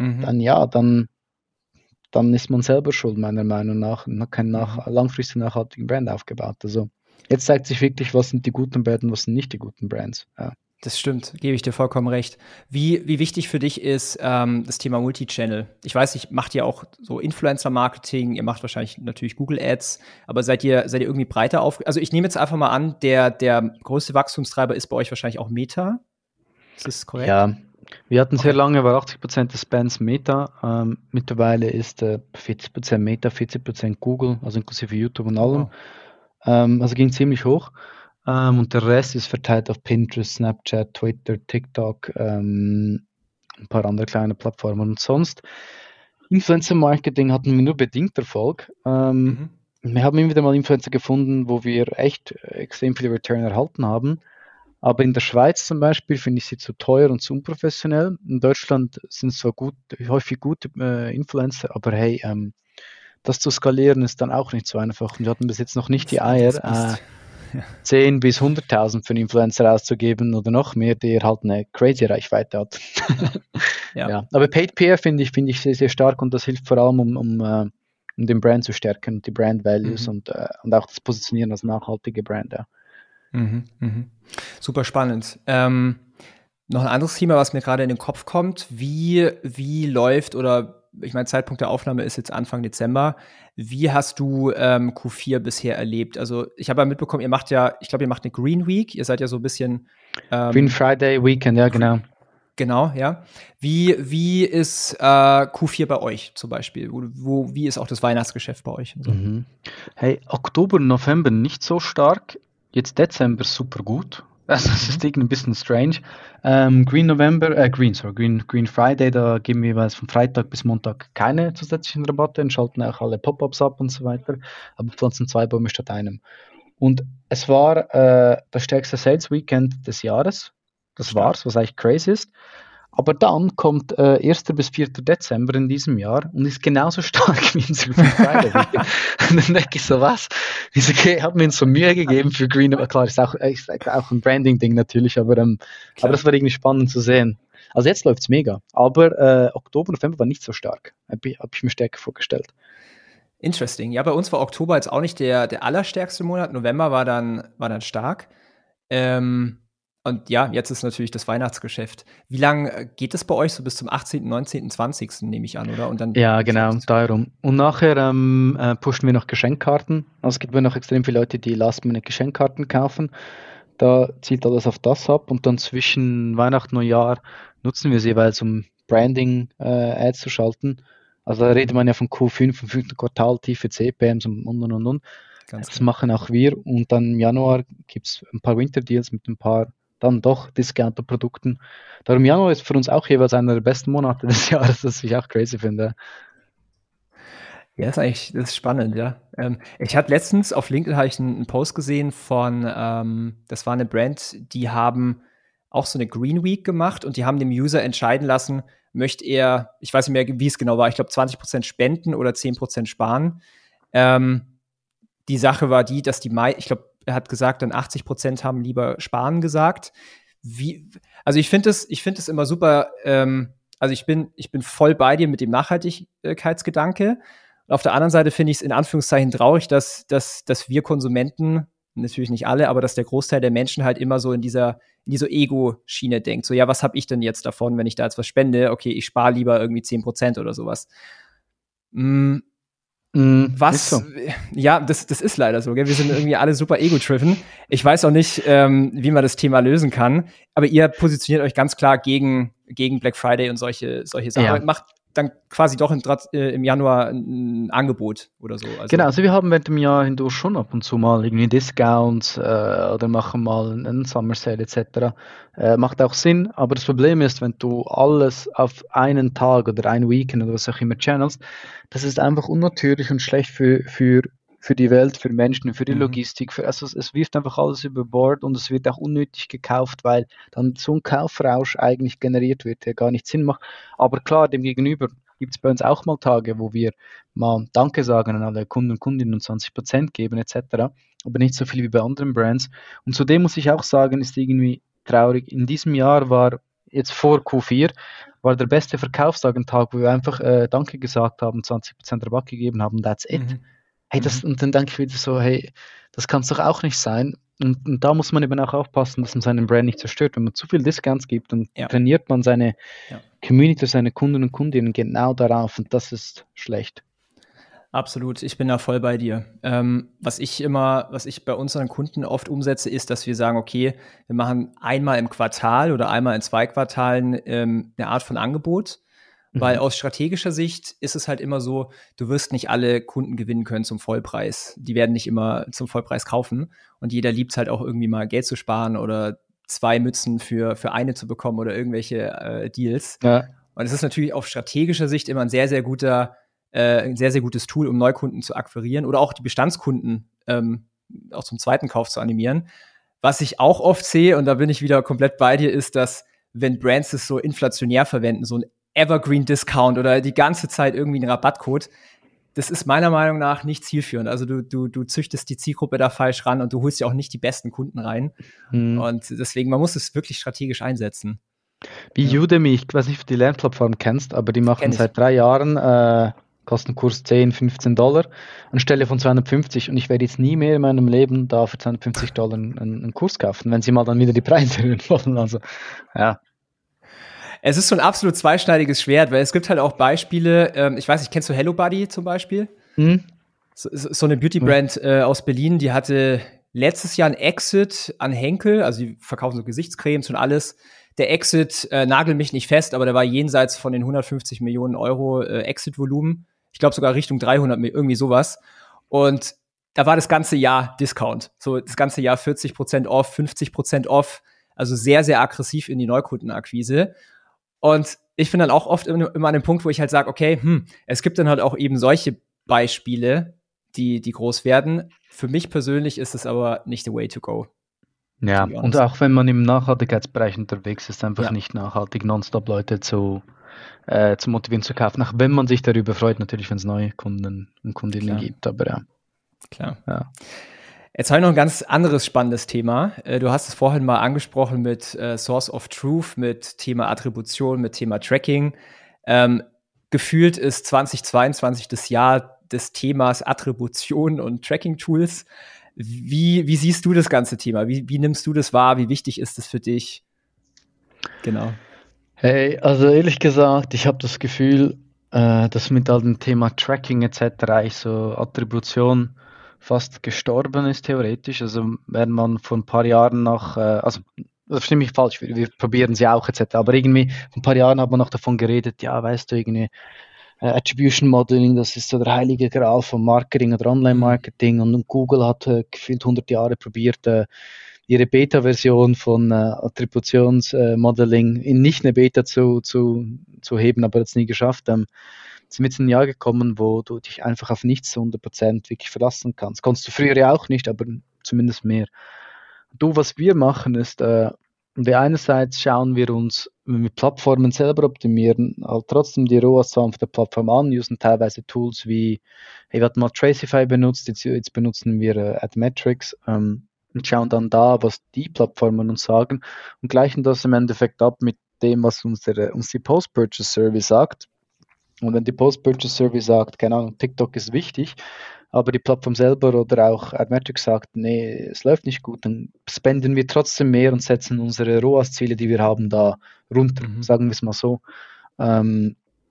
dann ist man selber schuld, meiner Meinung nach, und hat keinen langfristig nachhaltigen Brand aufgebaut. Also jetzt zeigt sich wirklich, was sind die guten Brands und was sind nicht die guten Brands. Ja. Das stimmt, gebe ich dir vollkommen recht. Wie wichtig für dich ist das Thema Multichannel? Ich weiß, ihr macht ja auch so Influencer-Marketing, ihr macht wahrscheinlich natürlich Google Ads, aber seid ihr irgendwie breiter auf? Also ich nehme jetzt einfach mal an, der größte Wachstumstreiber ist bei euch wahrscheinlich auch Meta. Ist das korrekt? Ja, wir hatten sehr lange, war 80% des Spends Meta. Mittlerweile ist 40% Meta, 40% Google, also inklusive YouTube und allem. Wow. Also ging ziemlich hoch. Und der Rest ist verteilt auf Pinterest, Snapchat, Twitter, TikTok, ein paar andere kleine Plattformen. Und sonst, Influencer-Marketing hatten wir nur bedingt Erfolg. Wir haben immer wieder mal Influencer gefunden, wo wir echt extrem viel Return erhalten haben. Aber in der Schweiz zum Beispiel finde ich sie zu teuer und zu unprofessionell. In Deutschland sind so häufig gute Influencer, aber hey, das zu skalieren ist dann auch nicht so einfach. Und wir hatten bis jetzt noch nicht die Eier, 10 bis 100.000 für einen Influencer auszugeben oder noch mehr, der halt eine crazy Reichweite hat. Ja. Aber Paid PR finde ich sehr, sehr stark, und das hilft vor allem, um den Brand zu stärken und die Brand Values und auch das Positionieren als nachhaltige Brand. Ja. Super spannend. Noch ein anderes Thema, was mir gerade in den Kopf kommt. Wie läuft, oder ich meine, Zeitpunkt der Aufnahme ist jetzt Anfang Dezember. Wie hast du Q4 bisher erlebt? Also ich habe ja mitbekommen, ihr macht eine Green Week. Ihr seid ja so ein bisschen Green Friday Weekend, ja, genau. Genau, ja. Wie ist Q4 bei euch zum Beispiel? Wie ist auch das Weihnachtsgeschäft bei euch? So? Hey, Oktober, November nicht so stark. Jetzt Dezember super gut. Also es ist irgendwie ein bisschen strange. Green Friday, da geben wir jeweils von Freitag bis Montag keine zusätzlichen Rabatte und schalten auch alle Pop-ups ab und so weiter. Aber pflanzen 2 Bäume statt einem. Und es war das stärkste Sales Weekend des Jahres. Das war's, was eigentlich crazy ist. Aber dann kommt 1. bis 4. Dezember in diesem Jahr und ist genauso stark wie unser Green Friday. Und dann denke ich so, was? Ich habe mir so Mühe gegeben für Green, aber klar, ist auch ein Branding-Ding natürlich, aber das war irgendwie spannend zu sehen. Also jetzt läuft's mega, aber Oktober, November war nicht so stark. Hab ich mir stärker vorgestellt. Interesting. Ja, bei uns war Oktober jetzt auch nicht der allerstärkste Monat. November war dann stark. Und ja, jetzt ist natürlich das Weihnachtsgeschäft. Wie lange geht es bei euch? So bis zum 18., 19., 20. nehme ich an, oder? Und dann ja, genau, darum. Und nachher pushen wir noch Geschenkkarten. Also es gibt noch extrem viele Leute, die Last-Minute Geschenkkarten kaufen. Da zielt alles auf das ab. Und dann zwischen Weihnachten und Neujahr nutzen wir sie jeweils, um Branding-Ads zu schalten. Also da redet man ja von Q5, vom 5. Quartal, tiefe CPMs und. Das machen auch wir. Und dann im Januar gibt es ein paar Winter-Deals mit ein paar dann doch Discounter-Produkten. Darum Januar ist für uns auch jeweils einer der besten Monate des Jahres, das ich auch crazy finde. Ja, das ist spannend, ja. Ich hatte letztens auf LinkedIn einen Post gesehen von, das war eine Brand, die haben auch so eine Green Week gemacht und die haben dem User entscheiden lassen, möchte er, ich weiß nicht mehr, wie es genau war, ich glaube 20% spenden oder 10% sparen. Die Sache war die, dass ich glaube, er hat gesagt, dann 80% haben lieber sparen gesagt. Also ich finde es immer super, also ich bin voll bei dir mit dem Nachhaltigkeitsgedanke. Und auf der anderen Seite finde ich es in Anführungszeichen traurig, dass wir Konsumenten, natürlich nicht alle, aber dass der Großteil der Menschen halt immer so in dieser Ego-Schiene denkt. So, ja, was habe ich denn jetzt davon, wenn ich da jetzt was spende? Okay, ich spare lieber irgendwie 10% oder sowas. Ist so. Ja, das ist leider so, gell? Wir sind irgendwie alle super ego-driven. Ich weiß auch nicht, wie man das Thema lösen kann, aber ihr positioniert euch ganz klar gegen Black Friday und solche Sachen. Ja. Aber macht dann quasi doch im Januar ein Angebot oder so. Also, Genau, also wir haben während dem Jahr hindurch schon ab und zu mal irgendwie Discounts oder machen mal einen Summer Sale etc. Macht auch Sinn, aber das Problem ist, wenn du alles auf einen Tag oder ein Weekend oder was auch immer channelst, das ist einfach unnatürlich und schlecht für die Welt, für Menschen, für die Logistik. Also es wirft einfach alles über Bord und es wird auch unnötig gekauft, weil dann so ein Kaufrausch eigentlich generiert wird, der gar nicht Sinn macht. Aber klar, demgegenüber gibt es bei uns auch mal Tage, wo wir mal Danke sagen an alle Kunden und Kundinnen und 20% geben etc., aber nicht so viel wie bei anderen Brands. Und zudem muss ich auch sagen, ist irgendwie traurig. In diesem Jahr war jetzt vor Q4 war der beste Verkaufstag ein Tag, wo wir einfach Danke gesagt haben, 20% Rabatt gegeben haben, that's it. Hey, und dann denke ich wieder so, hey, das kann es doch auch nicht sein. Und da muss man eben auch aufpassen, dass man seinen Brand nicht zerstört. Wenn man zu viel Discounts gibt, dann trainiert man seine Community, seine Kunden und Kundinnen genau darauf und das ist schlecht. Absolut, ich bin da voll bei dir. Was ich bei unseren Kunden oft umsetze, ist, dass wir sagen, okay, wir machen einmal im Quartal oder einmal in 2 Quartalen eine Art von Angebot, weil aus strategischer Sicht ist es halt immer so, du wirst nicht alle Kunden gewinnen können zum Vollpreis. Die werden nicht immer zum Vollpreis kaufen und jeder liebt es halt auch irgendwie mal Geld zu sparen oder 2 Mützen für eine zu bekommen oder irgendwelche Deals. Ja. Und es ist natürlich auf strategischer Sicht immer ein sehr, sehr gutes Tool, um Neukunden zu akquirieren oder auch die Bestandskunden auch zum zweiten Kauf zu animieren. Was ich auch oft sehe, und da bin ich wieder komplett bei dir, ist, dass wenn Brands es so inflationär verwenden, so ein Evergreen-Discount oder die ganze Zeit irgendwie einen Rabattcode, das ist meiner Meinung nach nicht zielführend. Also du züchtest die Zielgruppe da falsch ran und du holst ja auch nicht die besten Kunden rein. Und deswegen, man muss es wirklich strategisch einsetzen. Wie Udemy, ich weiß nicht, ob du die Lernplattform kennst, aber die machen seit 3 Jahren Kostenkurs $10-15 anstelle von 250 und ich werde jetzt nie mehr in meinem Leben da für $250 einen Kurs kaufen, wenn sie mal dann wieder die Preise erhöhen wollen. Also, ja. Es ist so ein absolut zweischneidiges Schwert, weil es gibt halt auch Beispiele, ich weiß nicht, kennst du HelloBuddy zum Beispiel? So eine Beauty-Brand aus Berlin, die hatte letztes Jahr ein Exit an Henkel, also die verkaufen so Gesichtscremes und alles. Der Exit, nagel mich nicht fest, aber der war jenseits von den 150 Millionen Euro Exit-Volumen. Ich glaube sogar Richtung 300, irgendwie sowas. Und da war das ganze Jahr Discount. So das ganze Jahr 40% off, 50% off. Also sehr, sehr aggressiv in die Neukundenakquise. Und ich bin dann auch oft immer an dem Punkt, wo ich halt sage, okay, es gibt dann halt auch eben solche Beispiele, die groß werden. Für mich persönlich ist es aber nicht the way to go. Ja, und auch wenn man im Nachhaltigkeitsbereich unterwegs ist, einfach nicht nachhaltig nonstop Leute zu motivieren zu kaufen, auch wenn man sich darüber freut, natürlich, wenn es neue Kunden und Kundinnen gibt, aber ja. Klar. Ja. Jetzt habe ich noch ein ganz anderes spannendes Thema. Du hast es vorhin mal angesprochen mit Source of Truth, mit Thema Attribution, mit Thema Tracking. Gefühlt ist 2022 das Jahr des Themas Attribution und Tracking-Tools. Wie siehst du das ganze Thema? Wie nimmst du das wahr? Wie wichtig ist es für dich? Genau. Hey, also ehrlich gesagt, ich habe das Gefühl, dass mit all dem Thema Tracking etc. eigentlich so Attribution fast gestorben ist, theoretisch. Also wenn man vor ein paar Jahren also das verstehe mich falsch, wir probieren sie auch etc. Aber irgendwie vor ein paar Jahren hat man noch davon geredet, ja, weißt du, irgendwie Attribution Modeling, das ist so der heilige Gral von Marketing oder Online-Marketing und Google hat gefühlt 100 Jahre probiert, ihre Beta-Version von Attributionsmodeling in nicht eine Beta zu heben, aber das nie geschafft. Sind jetzt ein Jahr gekommen, wo du dich einfach auf nichts zu 100% wirklich verlassen kannst. Konntest du früher ja auch nicht, aber zumindest mehr. Was wir machen ist, einerseits schauen wir uns, wenn wir Plattformen selber optimieren, halt trotzdem die ROAS-Zahlen von der Plattform an, usen teilweise Tools wie, hey, wir hatten mal Tracify benutzt, jetzt benutzen wir Admetrics und schauen dann da, was die Plattformen uns sagen und gleichen das im Endeffekt ab mit dem, was uns die Post-Purchase-Survey sagt. Und wenn die Post-Purchase-Survey sagt, keine Ahnung, TikTok ist wichtig, aber die Plattform selber oder auch Admetrics sagt, nee, es läuft nicht gut, dann spenden wir trotzdem mehr und setzen unsere ROAS-Ziele, die wir haben, da runter, sagen wir es mal so.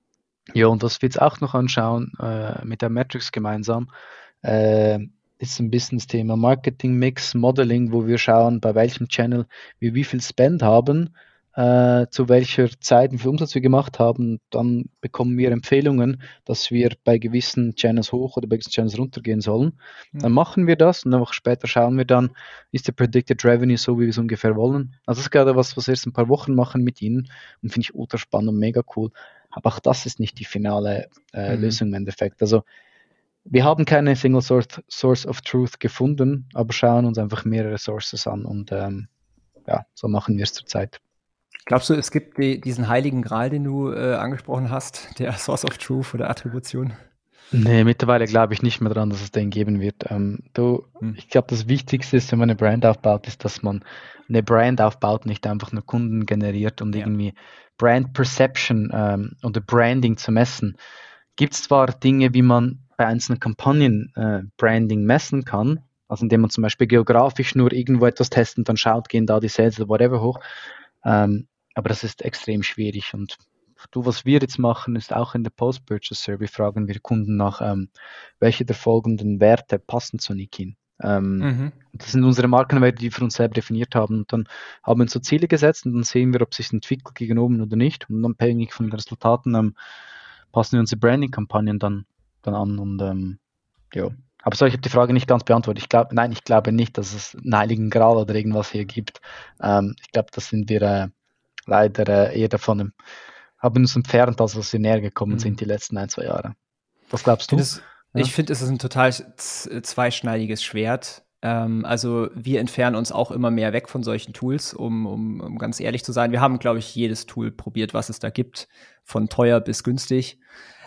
Ja, und was wir jetzt auch noch anschauen, mit der Matrix gemeinsam, äh, ist ein bisschen das Thema Marketing Mix, Modeling, wo wir schauen, bei welchem Channel wir wie viel Spend haben, zu welcher Zeit, wie viel Umsatz wir gemacht haben. Dann bekommen wir Empfehlungen, dass wir bei gewissen Channels hoch oder bei gewissen Channels runtergehen sollen. Dann machen wir das und eine Woche später schauen wir dann, ist der Predicted Revenue so, wie wir es ungefähr wollen. Also das ist gerade was wir erst ein paar Wochen machen mit Ihnen und finde ich ultra spannend und mega cool. Aber auch das ist nicht die finale Lösung im Endeffekt. Also wir haben keine Single Source of Truth gefunden, aber schauen uns einfach mehrere Sources an und ja, so machen wir es zurzeit. Glaubst du, es gibt diesen heiligen Gral, den du angesprochen hast, der Source of Truth oder Attribution? Nee, mittlerweile glaube ich nicht mehr dran, dass es den geben wird. Ich glaube, das Wichtigste ist, wenn man eine Brand aufbaut, ist, dass man eine Brand aufbaut, nicht einfach nur Kunden generiert und irgendwie Brand Perception oder Branding zu messen. Gibt es zwar Dinge, wie man bei einzelnen Kampagnen Branding messen kann, also indem man zum Beispiel geografisch nur irgendwo etwas testet und dann schaut, gehen da die Sales oder whatever hoch. Aber das ist extrem schwierig und was wir jetzt machen, ist auch in der Post-Purchase Survey fragen wir Kunden nach, welche der folgenden Werte passen zu Nikin. Das sind unsere Markenwerte, die wir für uns selber definiert haben. Und dann haben wir uns so Ziele gesetzt und dann sehen wir, ob es sich entwickelt gegen oben oder nicht. Und abhängig von den Resultaten passen wir unsere Branding-Kampagnen dann an. Und ja. Aber so, ich habe die Frage nicht ganz beantwortet. Ich glaube nicht, dass es einen heiligen Gral oder irgendwas hier gibt. Ich glaube, das sind wir leider eher davon haben uns entfernt, als wir näher gekommen sind die letzten 1-2 Jahre. Was glaubst du? Ich finde, es ist ein total zweischneidiges Schwert. Also wir entfernen uns auch immer mehr weg von solchen Tools, um ganz ehrlich zu sein. Wir haben, glaube ich, jedes Tool probiert, was es da gibt, von teuer bis günstig.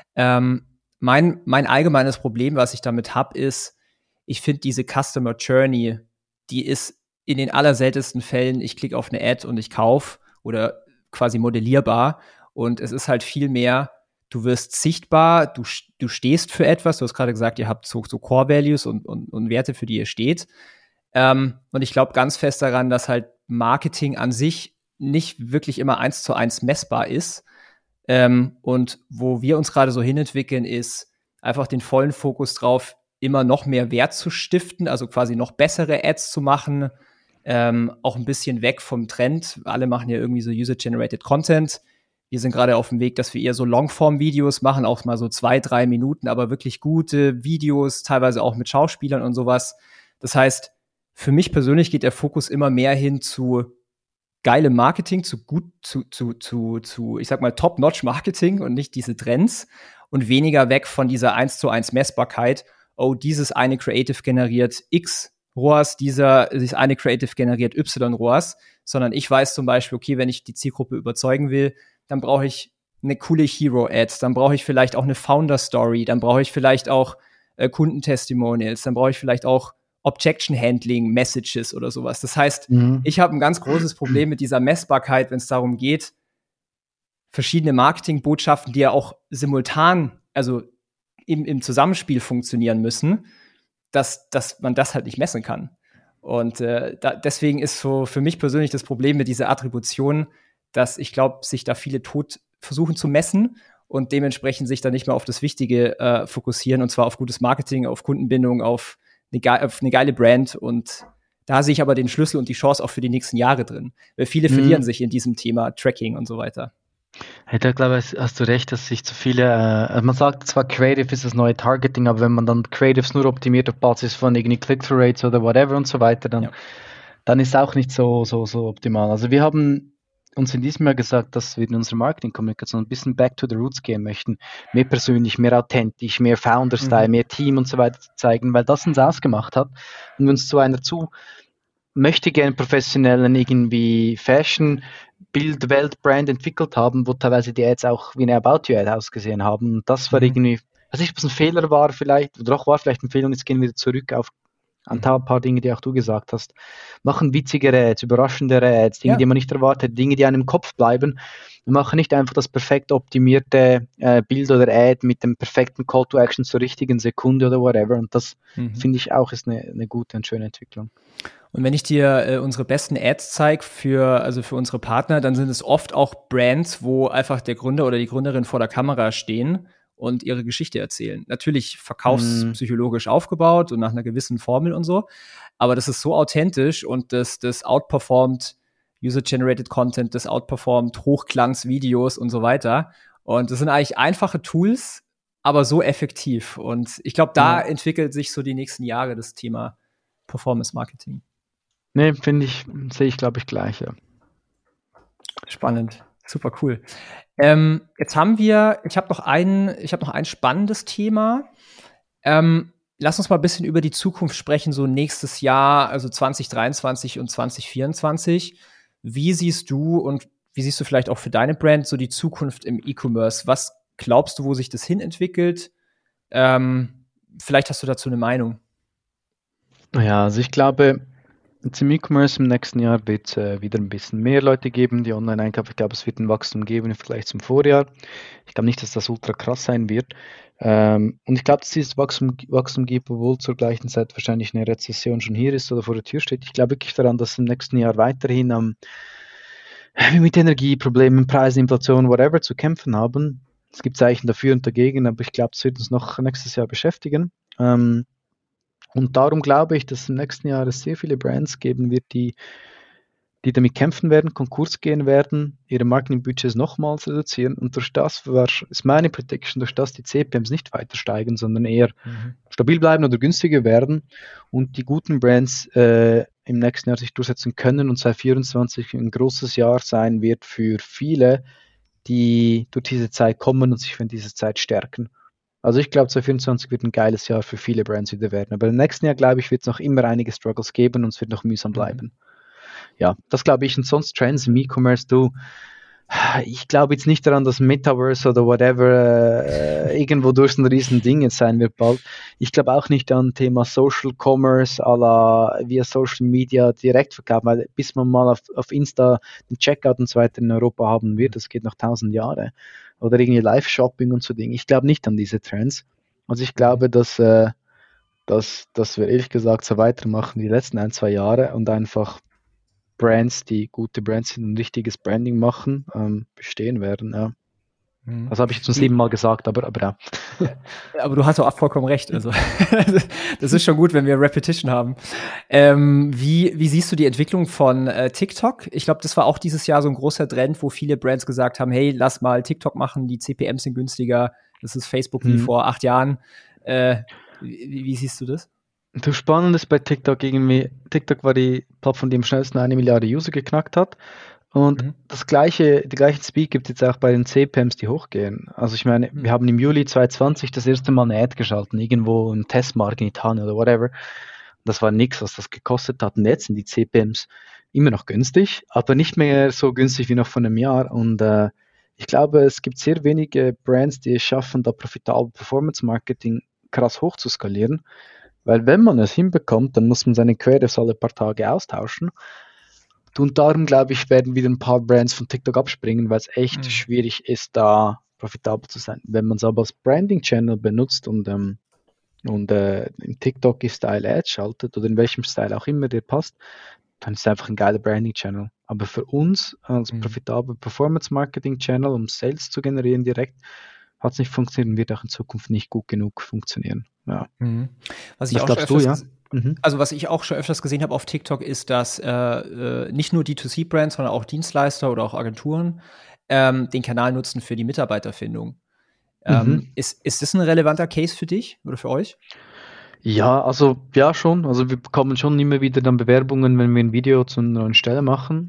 Mein allgemeines Problem, was ich damit habe, ist, ich finde diese Customer Journey, die ist in den allerseltensten Fällen, ich klicke auf eine Ad und ich kaufe oder quasi modellierbar. Und es ist halt viel mehr, du wirst sichtbar, du stehst für etwas. Du hast gerade gesagt, ihr habt so Core Values und Werte, für die ihr steht. Und ich glaube ganz fest daran, dass halt Marketing an sich nicht wirklich immer 1:1 messbar ist. Und wo wir uns gerade so hinentwickeln, ist einfach den vollen Fokus drauf, immer noch mehr Wert zu stiften, also quasi noch bessere Ads zu machen, auch ein bisschen weg vom Trend. Alle machen ja irgendwie so User-Generated Content. Wir sind gerade auf dem Weg, dass wir eher so Longform-Videos machen, auch mal so 2-3 Minuten, aber wirklich gute Videos, teilweise auch mit Schauspielern und sowas. Das heißt, für mich persönlich geht der Fokus immer mehr hin zu geilem Marketing, zu ich sag mal, Top-Notch-Marketing und nicht diese Trends und weniger weg von dieser 1:1 Messbarkeit. Oh, dieses eine Creative generiert X ROAS, dieses eine Creative generiert Y ROAS, sondern ich weiß zum Beispiel, okay, wenn ich die Zielgruppe überzeugen will, dann brauche ich eine coole Hero-Ad, dann brauche ich vielleicht auch eine Founder-Story, dann brauche ich vielleicht auch Kundentestimonials, dann brauche ich vielleicht auch Objection-Handling-Messages oder sowas. Das heißt, ich habe ein ganz großes Problem mit dieser Messbarkeit, wenn es darum geht, verschiedene Marketingbotschaften, die ja auch simultan, also im Zusammenspiel funktionieren müssen, dass man das halt nicht messen kann. Und deswegen ist so für mich persönlich das Problem mit dieser Attribution, dass ich glaube, sich da viele tot versuchen zu messen und dementsprechend sich dann nicht mehr auf das Wichtige fokussieren, und zwar auf gutes Marketing, auf Kundenbindung, auf eine geile Brand. Und da sehe ich aber den Schlüssel und die Chance auch für die nächsten Jahre drin. Weil viele verlieren sich in diesem Thema Tracking und so weiter. Ja, da glaube ich, hast du recht, dass sich zu viele, also man sagt zwar, Creative ist das neue Targeting, aber wenn man dann Creatives nur optimiert auf Basis von irgendwie Click-Through-Rates oder whatever und so weiter, dann ist es auch nicht so optimal. Also wir haben uns in diesem Jahr gesagt, dass wir in unserer Marketing-Kommunikation ein bisschen back to the roots gehen möchten. Mehr persönlich, mehr authentisch, mehr Founder-Style, mehr Team und so weiter zu zeigen, weil das uns ausgemacht hat und wir uns zu einer möchte gerne professionellen irgendwie Fashion-Bild-Welt-Brand entwickelt haben, wo teilweise die Ads auch wie eine About-You-Ad ausgesehen haben. Und das war irgendwie, weiß nicht, ob es ein Fehler war vielleicht, oder doch war vielleicht ein Fehler und jetzt gehen wir wieder zurück auf Ein paar Dinge, die auch du gesagt hast. Machen witzigere Ads, überraschendere Ads, Dinge, die man nicht erwartet, Dinge, die einem im Kopf bleiben. Wir machen nicht einfach das perfekt optimierte Bild oder Ad mit dem perfekten Call to Action zur richtigen Sekunde oder whatever. Und das finde ich auch ist eine gute und schöne Entwicklung. Und wenn ich dir unsere besten Ads zeige für unsere Partner, dann sind es oft auch Brands, wo einfach der Gründer oder die Gründerin vor der Kamera stehen und ihre Geschichte erzählen. Natürlich verkaufspsychologisch aufgebaut und nach einer gewissen Formel und so, aber das ist so authentisch und das outperformt User-Generated Content, das outperformt Hochglanzvideos und so weiter. Und das sind eigentlich einfache Tools, aber so effektiv. Und ich glaube, da entwickelt sich so die nächsten Jahre das Thema Performance Marketing. Nee, sehe ich, glaube ich, gleich, ja. Spannend, super cool. Ich habe noch ein spannendes Thema. Lass uns mal ein bisschen über die Zukunft sprechen, so nächstes Jahr, also 2023 und 2024. Wie siehst du vielleicht auch für deine Brand so die Zukunft im E-Commerce? Was glaubst du, wo sich das hin entwickelt? Vielleicht hast du dazu eine Meinung. Ja, also ich glaube, im E-Commerce im nächsten Jahr wird es wieder ein bisschen mehr Leute geben, die online einkaufen. Ich glaube, es wird ein Wachstum geben im Vergleich zum Vorjahr. Ich glaube nicht, dass das ultra krass sein wird. Und ich glaube, dass dieses Wachstum gibt, obwohl zur gleichen Zeit wahrscheinlich eine Rezession schon hier ist oder vor der Tür steht. Ich glaube wirklich daran, dass im nächsten Jahr weiterhin mit Energieproblemen, Preisen, Inflation, whatever zu kämpfen haben. Es gibt Zeichen dafür und dagegen, aber ich glaube, es wird uns noch nächstes Jahr beschäftigen. Und darum glaube ich, dass im nächsten Jahr es sehr viele Brands geben wird, die damit kämpfen werden, Konkurs gehen werden, ihre Marketingbudgets nochmals reduzieren und durch das ist meine Prediction, durch das die CPMs nicht weiter steigen, sondern eher stabil bleiben oder günstiger werden und die guten Brands im nächsten Jahr sich durchsetzen können und 2024 ein großes Jahr sein wird für viele, die durch diese Zeit kommen und sich für diese Zeit stärken. Also ich glaube, 2024 wird ein geiles Jahr für viele Brands wieder werden. Aber im nächsten Jahr, glaube ich, wird es noch immer einige Struggles geben und es wird noch mühsam bleiben. Ja, das glaube ich. Und sonst Trends im E-Commerce, ich glaube jetzt nicht daran, dass Metaverse oder whatever irgendwo durch ein Riesending jetzt sein wird bald. Ich glaube auch nicht an Thema Social Commerce via Social Media direkt verkaufen, weil bis man mal auf Insta den Checkout und so weiter in Europa haben wird, das geht noch 1000 Jahre. Oder irgendwie Live-Shopping und so Dinge. Ich glaube nicht an diese Trends. Also ich glaube, dass wir ehrlich gesagt so weitermachen wie die letzten 1-2 Jahre und einfach Brands, die gute Brands sind und richtiges Branding machen, bestehen werden, ja. Das habe ich jetzt schon 7-mal gesagt, aber ja. Aber du hast auch vollkommen recht. Also das ist schon gut, wenn wir Repetition haben. Wie siehst du die Entwicklung von TikTok? Ich glaube, das war auch dieses Jahr so ein großer Trend, wo viele Brands gesagt haben, hey, lass mal TikTok machen, die CPMs sind günstiger. Das ist Facebook wie vor 8 Jahren. Wie siehst du das? Das Spannende ist bei TikTok irgendwie, TikTok war die Plattform, die am schnellsten 1 Milliarde User geknackt hat. Und die gleichen Speed gibt es jetzt auch bei den CPMs, die hochgehen. Also ich meine, wir haben im Juli 2020 das erste Mal eine Ad geschaltet, irgendwo im Testmarkt in Italien oder whatever. Das war nichts, was das gekostet hat. Und jetzt sind die CPMs immer noch günstig, aber nicht mehr so günstig wie noch vor einem Jahr. Und ich glaube, es gibt sehr wenige Brands, die es schaffen, da profitabel Performance-Marketing krass hoch zu skalieren. Weil wenn man es hinbekommt, dann muss man seine Creatives alle paar Tage austauschen. Und darum, glaube ich, werden wieder ein paar Brands von TikTok abspringen, weil es echt schwierig ist, da profitabel zu sein. Wenn man es aber als Branding-Channel benutzt und im TikTok-Style Ads schaltet oder in welchem Style auch immer der passt, dann ist es einfach ein geiler Branding-Channel. Aber für uns als profitabel Performance-Marketing-Channel, um Sales zu generieren direkt, hat es nicht funktioniert und wird auch in Zukunft nicht gut genug funktionieren. Ja. Was ich auch schon öfters gesehen habe auf TikTok, ist, dass nicht nur D2C-Brands, sondern auch Dienstleister oder auch Agenturen den Kanal nutzen für die Mitarbeiterfindung. Ist das ein relevanter Case für dich oder für euch? Ja, also ja schon. Also wir bekommen schon immer wieder dann Bewerbungen, wenn wir ein Video zu einer neuen Stelle machen.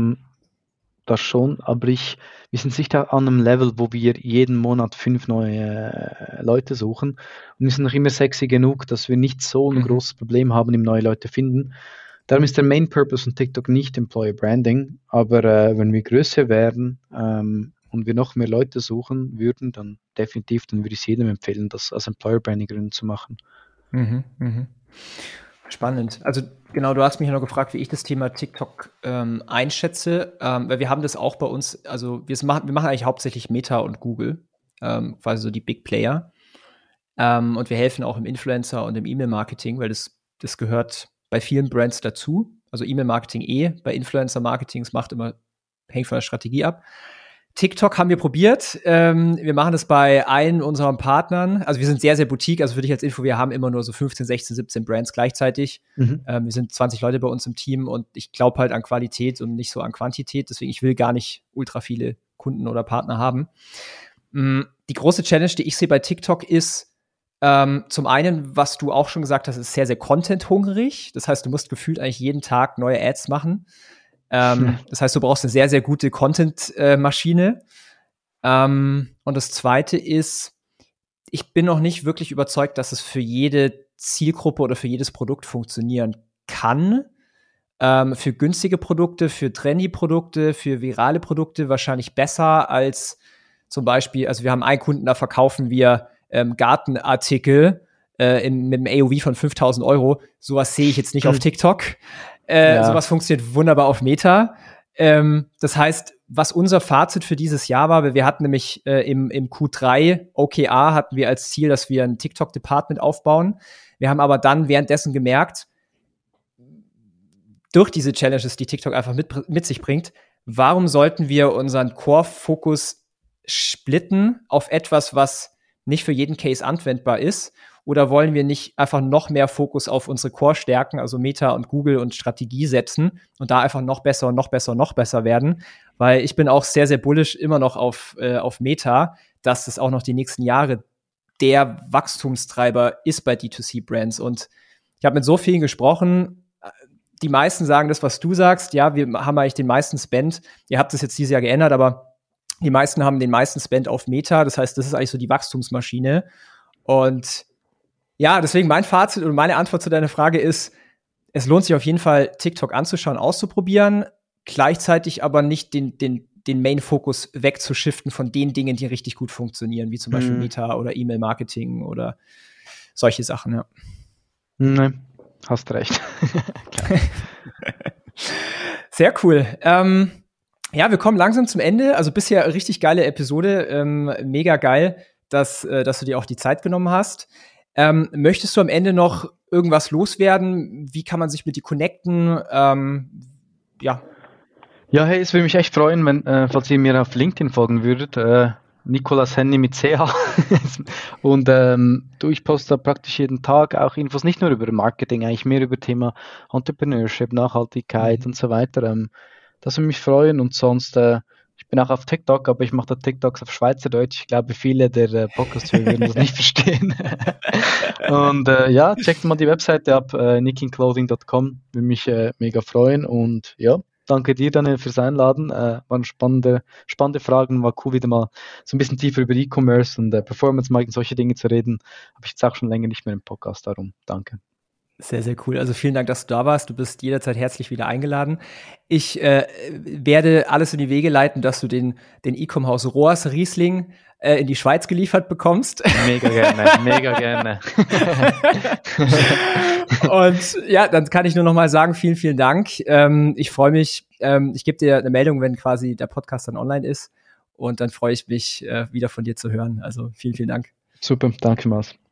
Das schon, aber wir sind sicher an einem Level, wo wir jeden Monat 5 neue Leute suchen und wir sind noch immer sexy genug, dass wir nicht so ein großes Problem haben, im neue Leute finden. Darum ist der Main Purpose von TikTok nicht Employer Branding, aber wenn wir größer werden und wir noch mehr Leute suchen würden, dann definitiv, dann würde ich es jedem empfehlen, das als Employer Branding zu machen. Spannend. Also genau, du hast mich ja noch gefragt, wie ich das Thema TikTok einschätze, weil wir haben das auch bei uns, also wir machen eigentlich hauptsächlich Meta und Google, quasi so die Big Player. Und wir helfen auch im Influencer und im E-Mail-Marketing, weil das gehört bei vielen Brands dazu. Also E-Mail-Marketing bei Influencer-Marketing, es hängt von der Strategie ab. TikTok haben wir probiert. Wir machen das bei allen unseren Partnern. Also wir sind sehr, sehr Boutique. Also für dich als Info, wir haben immer nur so 15, 16, 17 Brands gleichzeitig. Wir sind 20 Leute bei uns im Team und ich glaube halt an Qualität und nicht so an Quantität. Deswegen, ich will gar nicht ultra viele Kunden oder Partner haben. Die große Challenge, die ich sehe bei TikTok ist, zum einen, was du auch schon gesagt hast, ist sehr, sehr content-hungrig. Das heißt, du musst gefühlt eigentlich jeden Tag neue Ads machen. Das heißt, du brauchst eine sehr, sehr gute Content-Maschine. Und das Zweite ist, ich bin noch nicht wirklich überzeugt, dass es für jede Zielgruppe oder für jedes Produkt funktionieren kann. Für günstige Produkte, für trendy Produkte, für virale Produkte wahrscheinlich besser als zum Beispiel, also wir haben einen Kunden, da verkaufen wir Gartenartikel mit einem AOV von 5.000 Euro. Sowas sehe ich jetzt nicht auf TikTok. Sowas funktioniert wunderbar auf Meta. Das heißt, was unser Fazit für dieses Jahr war, wir hatten nämlich im Q3 OKR hatten wir als Ziel, dass wir ein TikTok-Department aufbauen. Wir haben aber dann währenddessen gemerkt, durch diese Challenges, die TikTok einfach mit sich bringt, warum sollten wir unseren Core-Fokus splitten auf etwas, was nicht für jeden Case anwendbar ist? Oder wollen wir nicht einfach noch mehr Fokus auf unsere Core-Stärken, also Meta und Google und Strategie setzen und da einfach noch besser und noch besser und noch besser werden? Weil ich bin auch sehr, sehr bullish immer noch auf Meta, dass das auch noch die nächsten Jahre der Wachstumstreiber ist bei D2C-Brands. Und ich habe mit so vielen gesprochen, die meisten sagen das, was du sagst. Ja, wir haben eigentlich den meisten Spend. Ihr habt das jetzt dieses Jahr geändert, aber die meisten haben den meisten Spend auf Meta. Das heißt, das ist eigentlich so die Wachstumsmaschine. Und ja, deswegen mein Fazit und meine Antwort zu deiner Frage ist, es lohnt sich auf jeden Fall, TikTok anzuschauen, auszuprobieren, gleichzeitig aber nicht den Main-Fokus wegzuschiften von den Dingen, die richtig gut funktionieren, wie zum Beispiel Meta oder E-Mail-Marketing oder solche Sachen, ja. Nee, hast recht. Sehr cool. Ja, wir kommen langsam zum Ende. Also bisher richtig geile Episode. Mega geil, dass du dir auch die Zeit genommen hast. Möchtest du am Ende noch irgendwas loswerden? Wie kann man sich mit dir connecten? Ja. Ja, hey, es würde mich echt freuen, wenn, falls ihr mir auf LinkedIn folgen würdet. Nicolas Henny mit CH. Und ich poste praktisch jeden Tag auch Infos, nicht nur über Marketing, eigentlich mehr über Thema Entrepreneurship, Nachhaltigkeit und so weiter. Das würde mich freuen. Und sonst, ich bin auch auf TikTok, aber ich mache da TikToks auf Schweizerdeutsch. Ich glaube, viele der Podcast-Hörer würden das nicht verstehen. Und ja, checkt mal die Webseite ab, nikinclothing.com. Würde mich mega freuen. Und ja, danke dir, Daniel, fürs Einladen. Waren spannende Fragen. War cool, wieder mal so ein bisschen tiefer über E-Commerce und Performance-Marketing, solche Dinge zu reden. Habe ich jetzt auch schon länger nicht mehr im Podcast. Darum, danke. Sehr, sehr cool. Also vielen Dank, dass du da warst. Du bist jederzeit herzlich wieder eingeladen. Ich werde alles in die Wege leiten, dass du den E-Com-Haus Roas Riesling in die Schweiz geliefert bekommst. Mega gerne, mega gerne. Und ja, dann kann ich nur noch mal sagen, vielen, vielen Dank. Ich freue mich. Ich gebe dir eine Meldung, wenn quasi der Podcast dann online ist. Und dann freue ich mich, wieder von dir zu hören. Also vielen, vielen Dank. Super, danke, Maas.